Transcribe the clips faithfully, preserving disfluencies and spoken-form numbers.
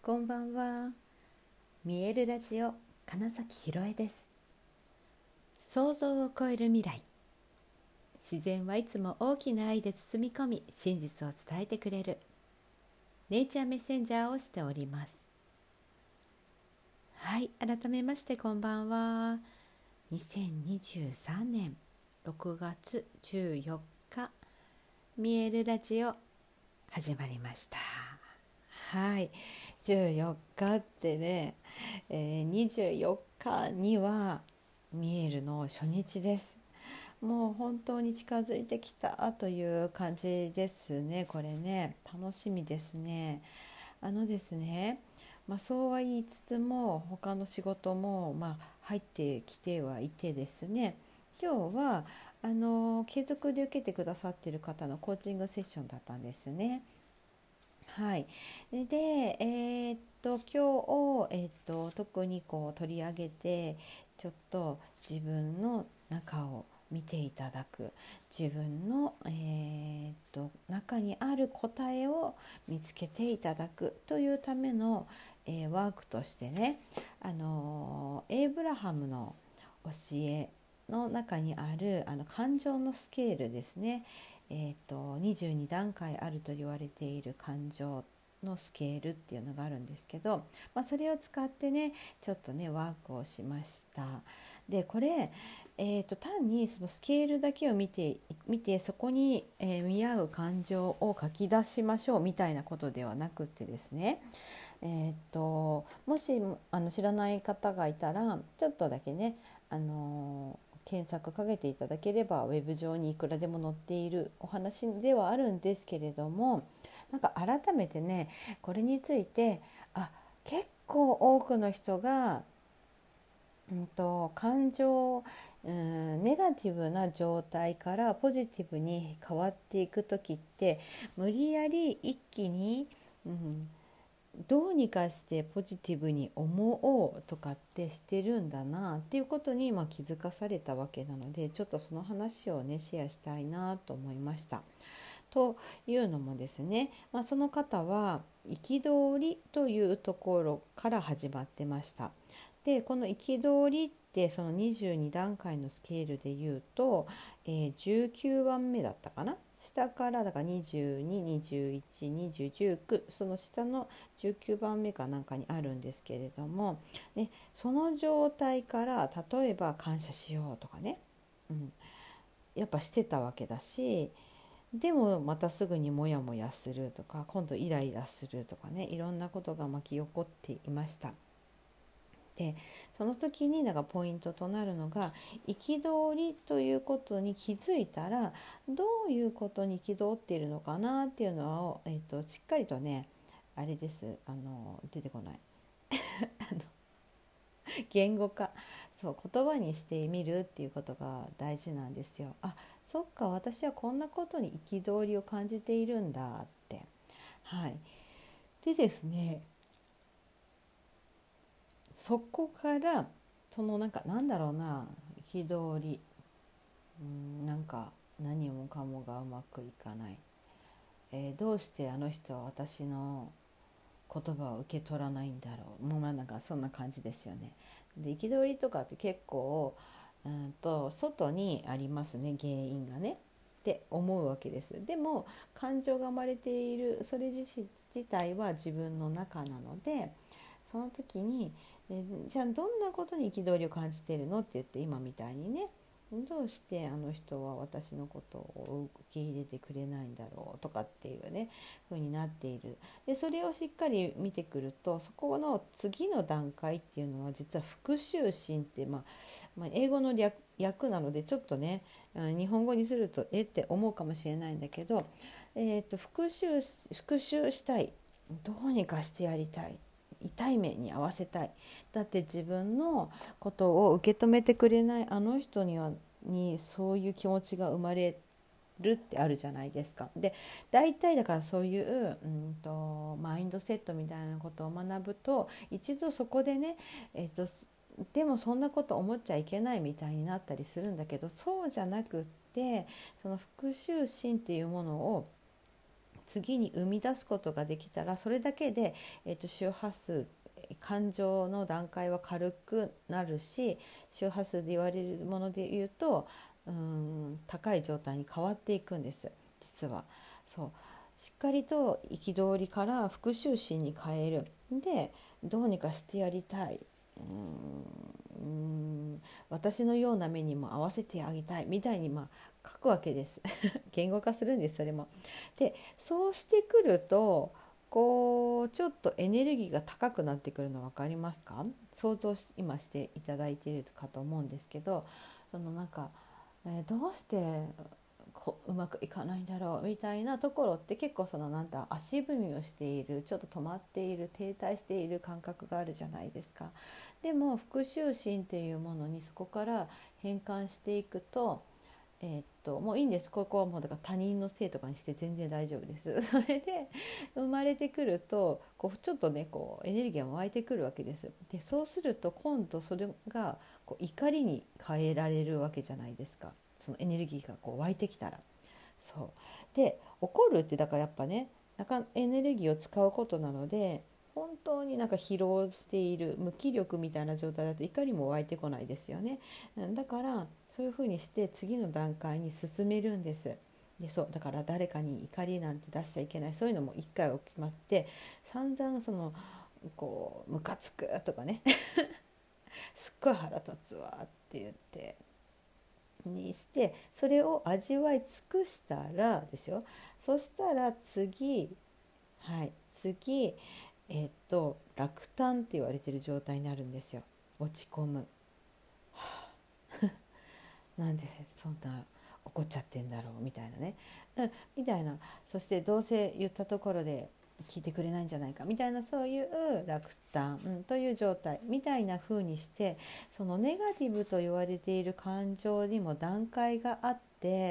こんばんは。見えるラジオ金崎ひろえです。想像を超える未来。自然はいつも大きな愛で包み込み、真実を伝えてくれるネイチャーメッセンジャーをしております。はい、改めましてこんばんは。にせんにじゅうさんねんろくがつじゅうよっか、見えるラジオ始まりました。はい、じゅうよっかってね、えー、にじゅうよっかには見えるの初日です。もう本当に近づいてきたという感じですね。これね、楽しみですね。あのですね、まあ、そうは言いつつも他の仕事もまあ入ってきてはいてですね、今日はあの継続で受けてくださっている方のコーチングセッションだったんですね。はい、で、えーっと今日、えーっと特にこう取り上げてちょっと自分の中を見ていただく、自分の、えーっと中にある答えを見つけていただくというための、えーワークとしてね、あのエイブラハムの教えの中にあるあの感情のスケールですね。えーと、にじゅうにだんかいあると言われている感情のスケールっていうのがあるんですけど、まあ、それを使ってねちょっとねワークをしました。でこれ、えーと、単にそのスケールだけを見て見てそこに、えー見合う感情を書き出しましょうみたいなことではなくってですね、えーと、もしあの知らない方がいたらちょっとだけね、あのー検索かけていただければウェブ上にいくらでも載っているお話ではあるんですけれども、なんか改めてねこれについて、あ、結構多くの人が、うんと、感情、うん、ネガティブな状態からポジティブに変わっていく時って無理やり一気に、うんどうにかしてポジティブに思おうとかってしてるんだなっていうことにまあ気づかされたわけなので、ちょっとその話をねシェアしたいなと思いました。というのもですね、まあ、その方は憤りというところから始まってました。でこの憤りってそのにじゅうにだんかいのスケールでいうと、えー、じゅうきゅうばんめだったかな。下からだからにじゅうに、にじゅういち、にじゅう、じゅうきゅう、その下のじゅうきゅうばんめかなんかにあるんですけれども、ね、その状態から例えば感謝しようとかね、うん、やっぱしてたわけだし、でもまたすぐにモヤモヤするとか今度イライラするとかね、いろんなことが巻き起こっていました。でその時になんかポイントとなるのが、憤りということに気づいたらどういうことに憤っているのかなっていうのを、えー、としっかりとね、あれです、あの出てこない言語化、そう言葉にしてみるっていうことが大事なんですよ。あ、そっか、私はこんなことに憤りを感じているんだって。はい。でですね、そこからそのなんかなんだろうな、憤り、うん、なんか何もかもがうまくいかない、えーどうしてあの人は私の言葉を受け取らないんだろう、もうまあなんかそんな感じですよね。で憤りとかって結構、うんと外にありますね、原因がねって思うわけです。でも感情が生まれているそれ自身自体は自分の中なので、その時にでじゃあどんなことに憤りを感じているのって言って、今みたいにね、どうしてあの人は私のことを受け入れてくれないんだろうとかっていうね風になっている。でそれをしっかり見てくると、そこの次の段階っていうのは実は復讐心って、まあ、まあ英語の略訳なのでちょっとね日本語にするとえって思うかもしれないんだけど、えー、と復讐復讐したい、どうにかしてやりたい、痛い目に合わせたい、だって自分のことを受け止めてくれないあの人にはにそういう気持ちが生まれるってあるじゃないですか。で大体だからそういう、うんと、マインドセットみたいなことを学ぶと、一度そこでね、えっと、でもそんなこと思っちゃいけないみたいになったりするんだけど、そうじゃなくって、その復讐心っていうものを次に生み出すことができたら、それだけで、えー、と周波数感情の段階は軽くなるし、周波数で言われるもので言うとうーん高い状態に変わっていくんです。実はそうしっかりと憤りから復讐心に変える。でどうにかしてやりたい、うーんうーん私のような目にも合わせてあげたいみたいにまあ書くわけです言語化するんです。それもでそうしてくるとこうちょっとエネルギーが高くなってくるの分かりますか？想像し今していただいているかと思うんですけど、そのなんか、えーどうしてこうまくいかないんだろうみたいなところって結構そのなんだ足踏みをしている、ちょっと止まっている、停滞している感覚があるじゃないですか。でも復讐心っていうものにそこから変換していくと、えーっともういいんです。ここはもうだから他人のせいとかにして全然大丈夫です。それで生まれてくるとこうちょっとねこうエネルギーが湧いてくるわけです。でそうすると今度それがこう怒りに変えられるわけじゃないですか。そのエネルギーがこう湧いてきたら。そうで怒るってだからやっぱねなんかエネルギーを使うことなので、本当になんか疲労している無気力みたいな状態だと怒りも湧いてこないですよね。だからそういうふうにして次の段階に進めるんです。でそうだから誰かに怒りなんて出しちゃいけない、そういうのも一回起きまって、散々そのこうムカつくとかねすっごい腹立つわって言ってにしてそれを味わい尽くしたらですよ。そしたら次はい次えっと落胆って言われてる状態になるんですよ。落ち込む、はあ、なんでそんな怒っちゃってんだろうみたいなね、うん、みたいな。そしてどうせ言ったところで聞いてくれないんじゃないかみたいな、そういう落胆、うん、という状態みたいな風にして、そのネガティブと言われている感情にも段階があって、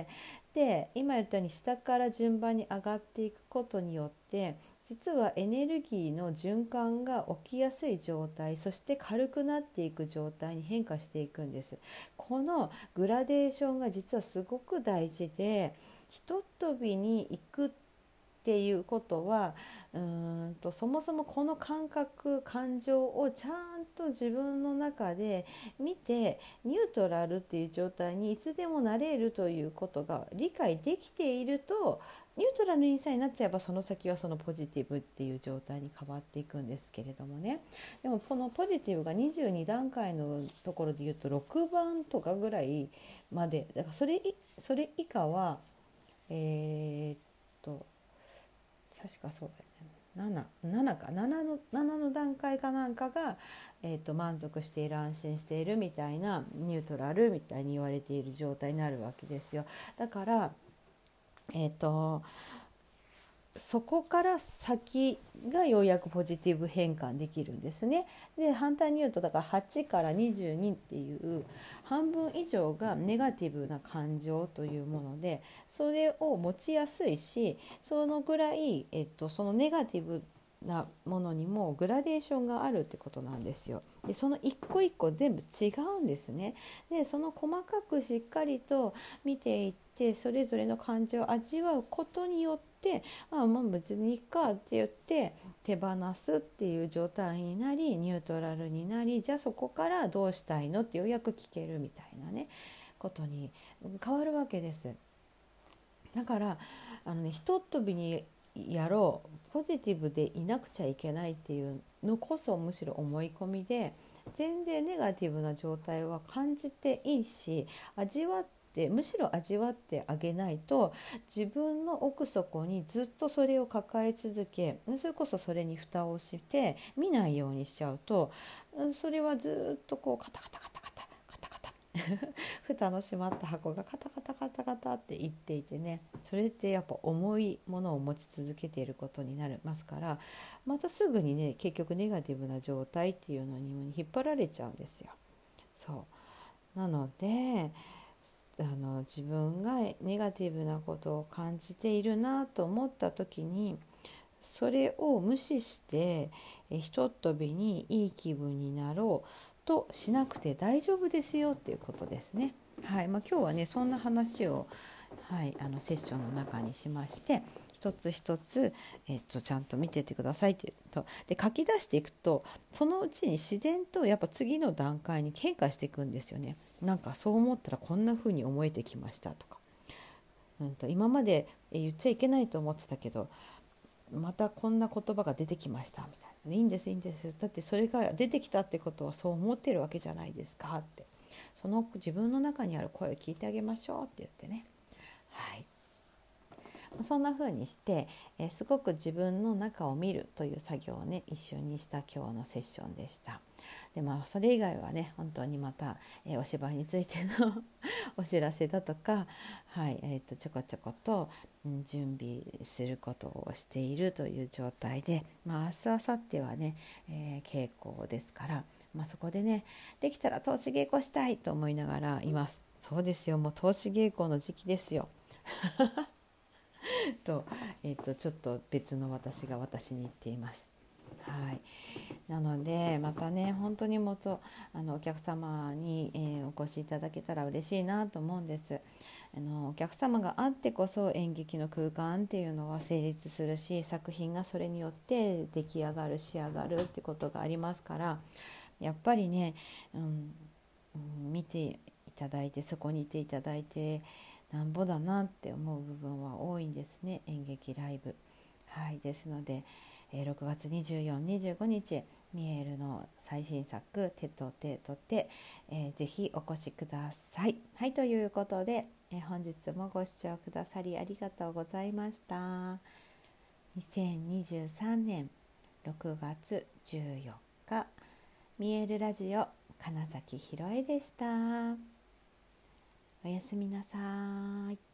で今言ったように下から順番に上がっていくことによって実はエネルギーの循環が起きやすい状態、そして軽くなっていく状態に変化していくんです。このグラデーションが実はすごく大事で、ひとっ飛びに行くっていうことはうーんとそもそもこの感覚感情をちゃんと自分の中で見てニュートラルっていう状態にいつでもなれるということが理解できていると、ニュートラルにさえなっちゃえばその先はそのポジティブっていう状態に変わっていくんですけれどもね。でもこのポジティブがにじゅうにだんかいのところで言うとろくばんとかぐらいまでだから、それそれ以下はえー、っと確かそうだよね、なな, ななか 7, のななの段階かなんかが、えー、と満足している、安心しているみたいな、ニュートラルみたいに言われている状態になるわけですよ。だからえっ、ー、とそこから先がようやくポジティブ変換できるんですね。で反対に言うとだからはちからにじゅうにっていう半分以上がネガティブな感情というもので、それを持ちやすいし、そのぐらい、えっと、そのネガティブなものにもグラデーションがあるってことなんですよ。でその一個一個全部違うんですね。でその細かくしっかりと見ていってそれぞれの感情を味わうことによってああもう別にいいかって言って手放すっていう状態になり、ニュートラルになり、じゃあそこからどうしたいのってようやく聞けるみたいなねことに変わるわけです。だからあのね、ひとっ飛びにやろう、ポジティブでいなくちゃいけないっていうのこそむしろ思い込みで、全然ネガティブな状態は感じていいし、味わってむしろ味わってあげないと、自分の奥底にずっとそれを抱え続け、それこそそれに蓋をして見ないようにしちゃうと、それはずっとこうカタカタカタカタカタカタ蓋の閉まった箱がカタカタカタカタって言っていてね、それってやっぱ重いものを持ち続けていることになりますから、またすぐにね結局ネガティブな状態っていうのに引っ張られちゃうんですよ。そうなのであの自分がネガティブなことを感じているなと思った時に、それを無視してひとっ飛びにいい気分になろうとしなくて大丈夫ですよっていうことですね。はい、まあ、今日はねそんな話を、はい、あのセッションの中にしまして、 一つ一つ、えっと、ちゃんと見てってくださいって言うと、で書き出していくとそのうちに自然とやっぱ次の段階に変化していくんですよね。なんかそう思ったらこんな風に思えてきましたとか、うんと、今まで言っちゃいけないと思ってたけどまたこんな言葉が出てきましたみたいな、いいんですいいんです、だってそれが出てきたってことはそう思ってるわけじゃないですかって、その自分の中にある声を聞いてあげましょうって言ってね、はい、そんな風にして、えー、すごく自分の中を見るという作業をね一緒にした今日のセッションでした。で、まあ、それ以外はね本当にまた、えー、お芝居についてのお知らせだとか、はいえー、とちょこちょこと、うん、準備することをしているという状態で、まあ、明日明後日はね、えー、稽古ですから、まあ、そこでねできたら通し稽古したいと思いながらいます。そうですよ、もう通し稽古の時期ですよと、えー、とちょっと別の私が私に言っています。はい、なのでまたね本当にもっとあのお客様に、えー、お越しいただけたら嬉しいなと思うんです。あのお客様があってこそ演劇の空間っていうのは成立するし、作品がそれによって出来上がる仕上がるってことがありますから、やっぱりね、うんうん、見ていただいてそこにいていただいてなんぼだなって思う部分は多いんですね、演劇ライブ。はい、ですので、えー、ろくがつにじゅうよっか、にじゅうごにちミエルの最新作手と手と手、えー、ぜひお越しください。はい、ということで、えー、本日もご視聴くださりありがとうございました。にせんにじゅうさんねんろくがつじゅうよっかミエルラジオ金崎ひろえでした。おやすみなさい。